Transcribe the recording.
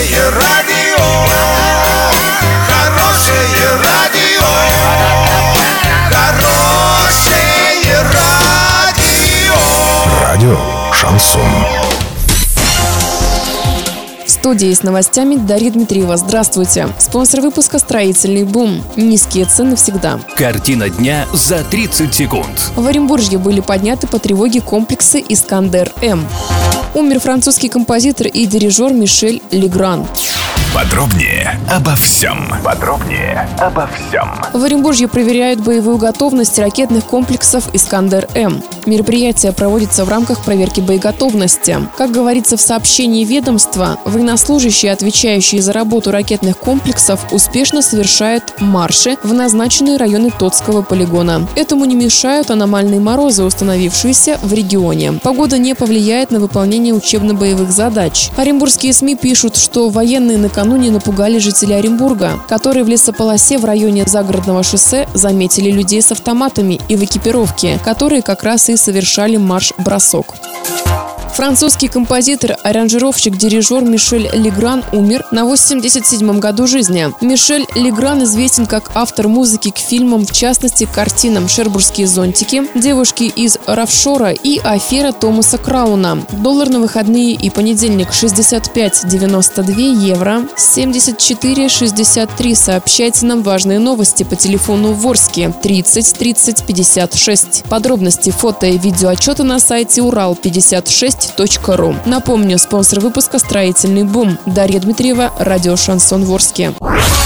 Хорошее радио, хорошее радио, хорошее радио. Радио Шансон. В студии с новостями Дарья Дмитриева. Здравствуйте. Спонсор выпуска «Строительный бум». Низкие цены всегда. Картина дня за 30 секунд. В Оренбурге были подняты по тревоге комплексы «Искандер-М». Умер французский композитор и дирижер Мишель Легран. Подробнее обо всем. В Оренбурге проверяют боевую готовность ракетных комплексов «Искандер-М». Мероприятие проводится в рамках проверки боеготовности. Как говорится в сообщении ведомства, военнослужащие, отвечающие за работу ракетных комплексов, успешно совершают марши в назначенные районы Тотского полигона. Этому не мешают аномальные морозы, установившиеся в регионе. Погода не повлияет на выполнение учебно-боевых задач. Оренбургские СМИ пишут, что военные накануне напугали жителей Оренбурга, которые в лесополосе в районе Загородного шоссе заметили людей с автоматами и в экипировке, которые как раз и совершали марш-бросок. Французский композитор, аранжировщик, дирижер Мишель Легран умер на 87-м году жизни. Мишель Легран известен как автор музыки к фильмам, в частности, картинам «Шербургские зонтики», «Девушки из Равшора» и «Афера» Томаса Крауна. Доллар на выходные и понедельник 65,92 евро, 74,63. Сообщайте нам важные новости по телефону Ворске 30 30 56. Подробности, фото и видеоотчеты на сайте Урал56.ру. Напомню, спонсор выпуска «Строительный бум». Дарья Дмитриева, радио «Шансон Ворске».